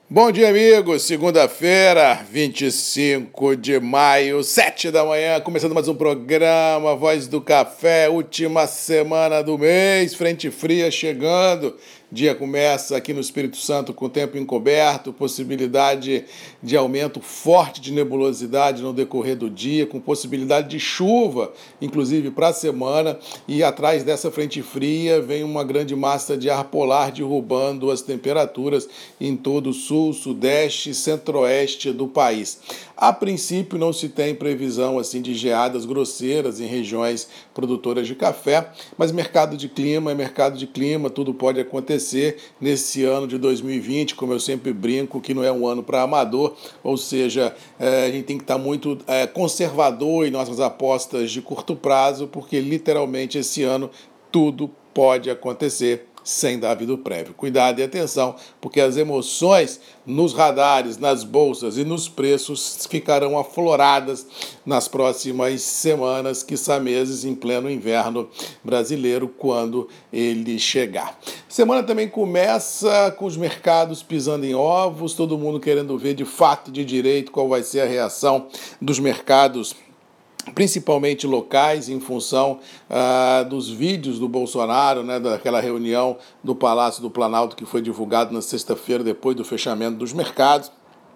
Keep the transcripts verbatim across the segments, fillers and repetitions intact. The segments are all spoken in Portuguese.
Bom dia, amigos. Segunda-feira, vinte e cinco de maio, sete da manhã, começando mais um programa Voz do Café, última semana do mês, frente fria chegando. Dia começa aqui no Espírito Santo com tempo encoberto, possibilidade de aumento forte de nebulosidade no decorrer do dia, com possibilidade de chuva, inclusive para a semana, e atrás dessa frente fria vem uma grande massa de ar polar derrubando as temperaturas em todo o sul, sudeste e centro-oeste do país. A princípio não se tem previsão assim de geadas grosseiras em regiões produtoras de café, mas mercado de clima é mercado de clima, tudo pode acontecer nesse ano de dois mil e vinte, como eu sempre brinco, que não é um ano para amador, ou seja, é, a gente tem que estar muito é, conservador em nossas apostas de curto prazo, porque literalmente esse ano tudo pode acontecer sem dar aviso prévio. Cuidado e atenção, porque as emoções nos radares, nas bolsas e nos preços ficarão afloradas nas próximas semanas, quiçá meses, em pleno inverno brasileiro, quando ele chegar. Semana também começa com os mercados pisando em ovos, todo mundo querendo ver de fato e de direito qual vai ser a reação dos mercados, principalmente locais, em função ah, dos vídeos do Bolsonaro, né, daquela reunião do Palácio do Planalto que foi divulgado na sexta-feira, depois do fechamento dos mercados.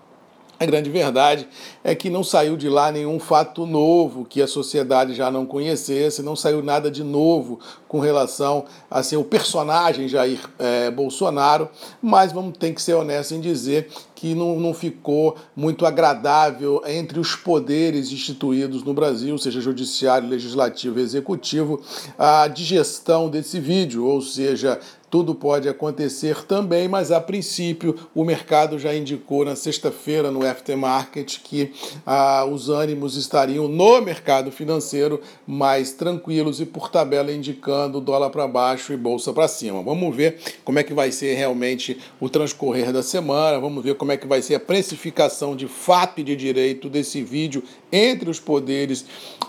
A grande verdade é que não saiu de lá nenhum fato novo que a sociedade já não conhecesse, não saiu nada de novo com relação assim, ao personagem Jair é, Bolsonaro, mas vamos ter que ser honestos em dizer que não, não ficou muito agradável entre os poderes instituídos no Brasil, seja judiciário, legislativo e executivo, a digestão desse vídeo, ou seja, tudo pode acontecer também, mas a princípio o mercado já indicou na sexta-feira no aftermarket que ah, os ânimos estariam no mercado financeiro mais tranquilos e por tabela indicando dólar para baixo e bolsa para cima. Vamos ver como é que vai ser realmente o transcorrer da semana, vamos ver como é que vai ser a precificação de fato e de direito desse vídeo entre os poderes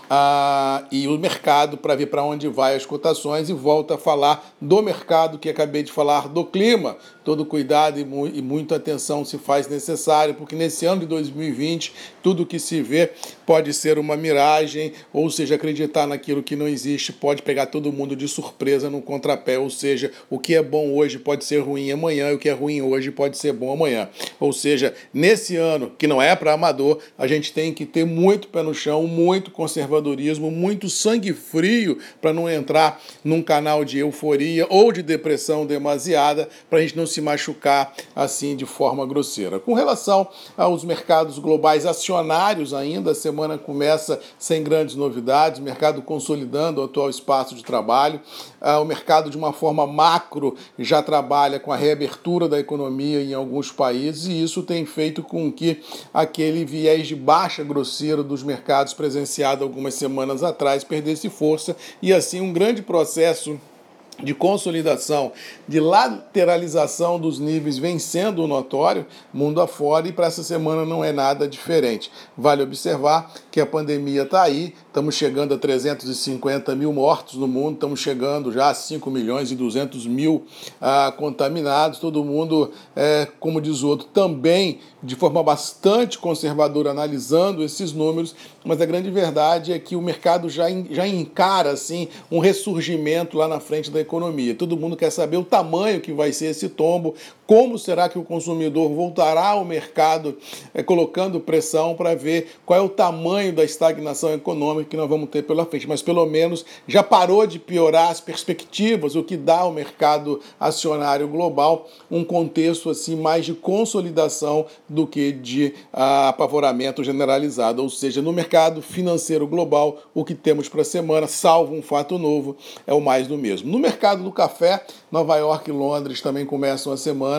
ah, e o mercado para ver para onde vai as cotações, e volta a falar do mercado que acabei de falar do clima. Todo cuidado e, mu- e muita atenção se faz necessário, porque nesse ano de dois mil e vinte, tudo que se vê pode ser uma miragem, ou seja, acreditar naquilo que não existe pode pegar todo mundo de surpresa no contrapé, ou seja, o que é bom hoje pode ser ruim amanhã, e o que é ruim hoje pode ser bom amanhã. Ou seja, nesse ano, que não é para amador, a gente tem que ter muito pé no chão, muito conservadorismo, muito sangue frio para não entrar num canal de euforia ou de depressão demasiada, para a gente não se machucar assim de forma grosseira. Com relação aos mercados globais acionários ainda, a semana começa sem grandes novidades, mercado consolidando o atual espaço de trabalho, ah, o mercado de uma forma macro já trabalha com a reabertura da economia em alguns países, e isso tem feito com que aquele viés de baixa grosseiro dos mercados presenciado algumas semanas atrás perdesse força, e assim um grande processo de consolidação, de lateralização dos níveis vem sendo notório mundo afora, e para essa semana não é nada diferente. Vale observar que a pandemia está aí, estamos chegando a trezentos e cinquenta mil mortos no mundo, estamos chegando já a cinco milhões e duzentos mil ah, contaminados, todo mundo, é, como diz o outro, também de forma bastante conservadora analisando esses números, mas a grande verdade é que o mercado já, já encara assim, um ressurgimento lá na frente da economia. Todo mundo quer saber o tamanho que vai ser esse tombo, como será que o consumidor voltará ao mercado é, colocando pressão para ver qual é o tamanho da estagnação econômica que nós vamos ter pela frente. Mas pelo menos já parou de piorar as perspectivas, o que dá ao mercado acionário global um contexto assim mais de consolidação do que de ah, apavoramento generalizado. Ou seja, no mercado financeiro global, o que temos para a semana, salvo um fato novo, é o mais do mesmo. No mercado do café, Nova York e Londres também começam a semana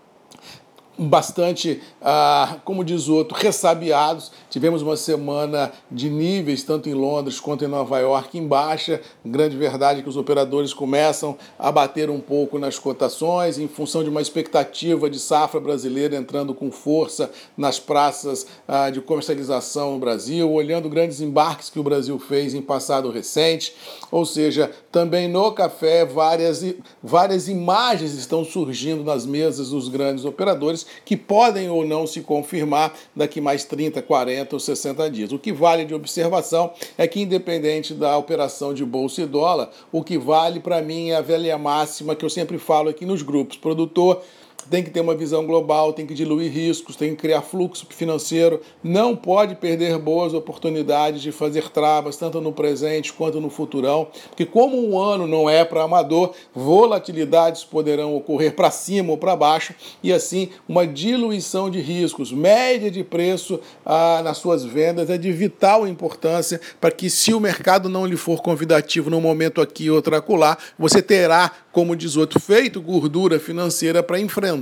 bastante, ah, como diz o outro, ressabiados. Tivemos uma semana de níveis, tanto em Londres quanto em Nova York, em baixa. Grande verdade é que os operadores começam a bater um pouco nas cotações, em função de uma expectativa de safra brasileira entrando com força nas praças ah, de comercialização no Brasil, olhando grandes embarques que o Brasil fez em passado recente. Ou seja, também no café, várias, várias imagens estão surgindo nas mesas dos grandes operadores, que podem ou não se confirmar daqui mais trinta, quarenta ou sessenta dias. O que vale de observação é que, independente da operação de bolsa e dólar, o que vale para mim é a velha máxima que eu sempre falo aqui nos grupos. Produtor tem que ter uma visão global, tem que diluir riscos, tem que criar fluxo financeiro, não pode perder boas oportunidades de fazer travas, tanto no presente quanto no futurão, porque como um ano não é para amador, volatilidades poderão ocorrer para cima ou para baixo, e assim uma diluição de riscos, média de preço ah, nas suas vendas é de vital importância para que, se o mercado não lhe for convidativo no momento aqui ou outro acolá, você terá, como diz outro, feito gordura financeira para enfrentar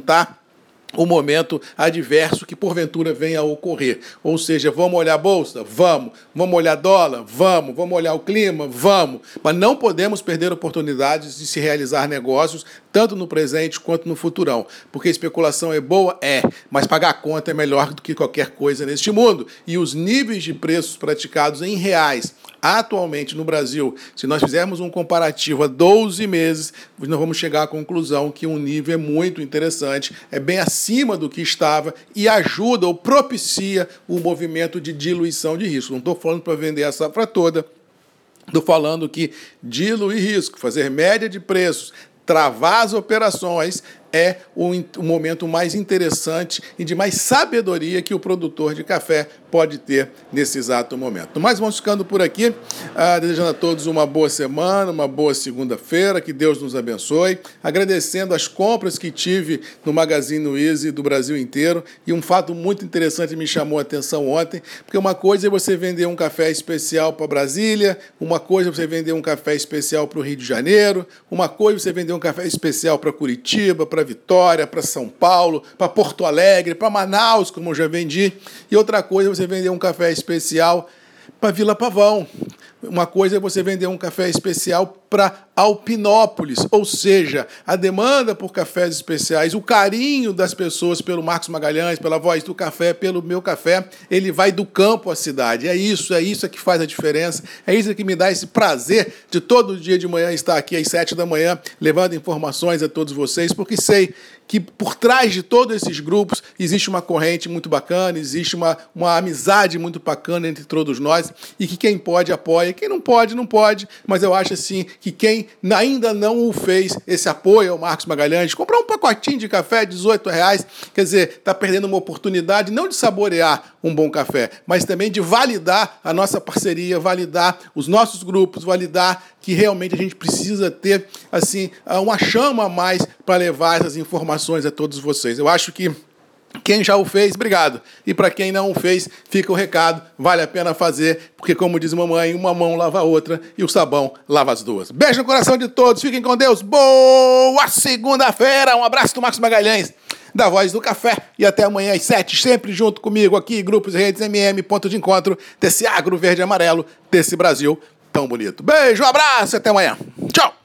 o momento adverso que porventura venha a ocorrer. Ou seja, vamos olhar a bolsa? Vamos. Vamos olhar dólar? Vamos. Vamos olhar o clima? Vamos. Mas não podemos perder oportunidades de se realizar negócios, tanto no presente quanto no futurão. Porque especulação é boa? É. Mas pagar a conta é melhor do que qualquer coisa neste mundo. E os níveis de preços praticados em reais atualmente no Brasil, se nós fizermos um comparativo a doze meses, nós vamos chegar à conclusão que um nível é muito interessante, é bem acima do que estava e ajuda ou propicia o movimento de diluição de risco. Não estou falando para vender a safra toda, estou falando que diluir risco, fazer média de preços, travar as operações é o, o momento mais interessante e de mais sabedoria que o produtor de café pode ter nesse exato momento. Mas vamos ficando por aqui, ah, desejando a todos uma boa semana, uma boa segunda-feira, que Deus nos abençoe, agradecendo as compras que tive no Magazine Luiza do Brasil inteiro, e um fato muito interessante me chamou a atenção ontem, porque uma coisa é você vender um café especial para Brasília, uma coisa é você vender um café especial para o Rio de Janeiro, uma coisa é você vender um café especial para Curitiba, para Vitória, para São Paulo, para Porto Alegre, para Manaus, como eu já vendi, e outra coisa é você vender um café especial para Vila Pavão. Uma coisa é você vender um café especial para Alpinópolis, ou seja, a demanda por cafés especiais, o carinho das pessoas pelo Marcos Magalhães, pela Voz do Café, pelo Meu Café, ele vai do campo à cidade. É isso, é isso que faz a diferença, é isso que me dá esse prazer de todo dia de manhã estar aqui às sete da manhã, levando informações a todos vocês, porque sei que por trás de todos esses grupos existe uma corrente muito bacana, existe uma, uma amizade muito bacana entre todos nós, e que quem pode apoia, quem não pode, não pode, mas eu acho assim que quem ainda não o fez, esse apoio ao Marcos Magalhães, comprar um pacotinho de café, dezoito reais, quer dizer, está perdendo uma oportunidade não de saborear um bom café, mas também de validar a nossa parceria, validar os nossos grupos, validar que realmente a gente precisa ter assim uma chama a mais para levar essas informações a todos vocês. Eu acho que quem já o fez, obrigado. E para quem não o fez, fica o recado, vale a pena fazer, porque como diz mamãe, uma mão lava a outra e o sabão lava as duas. Beijo no coração de todos, fiquem com Deus, boa segunda-feira, um abraço do Marcos Magalhães, da Voz do Café, e até amanhã às sete, sempre junto comigo aqui, Grupos e Redes M M, ponto de encontro desse agro verde e amarelo, desse Brasil tão bonito. Beijo, um abraço e até amanhã. Tchau!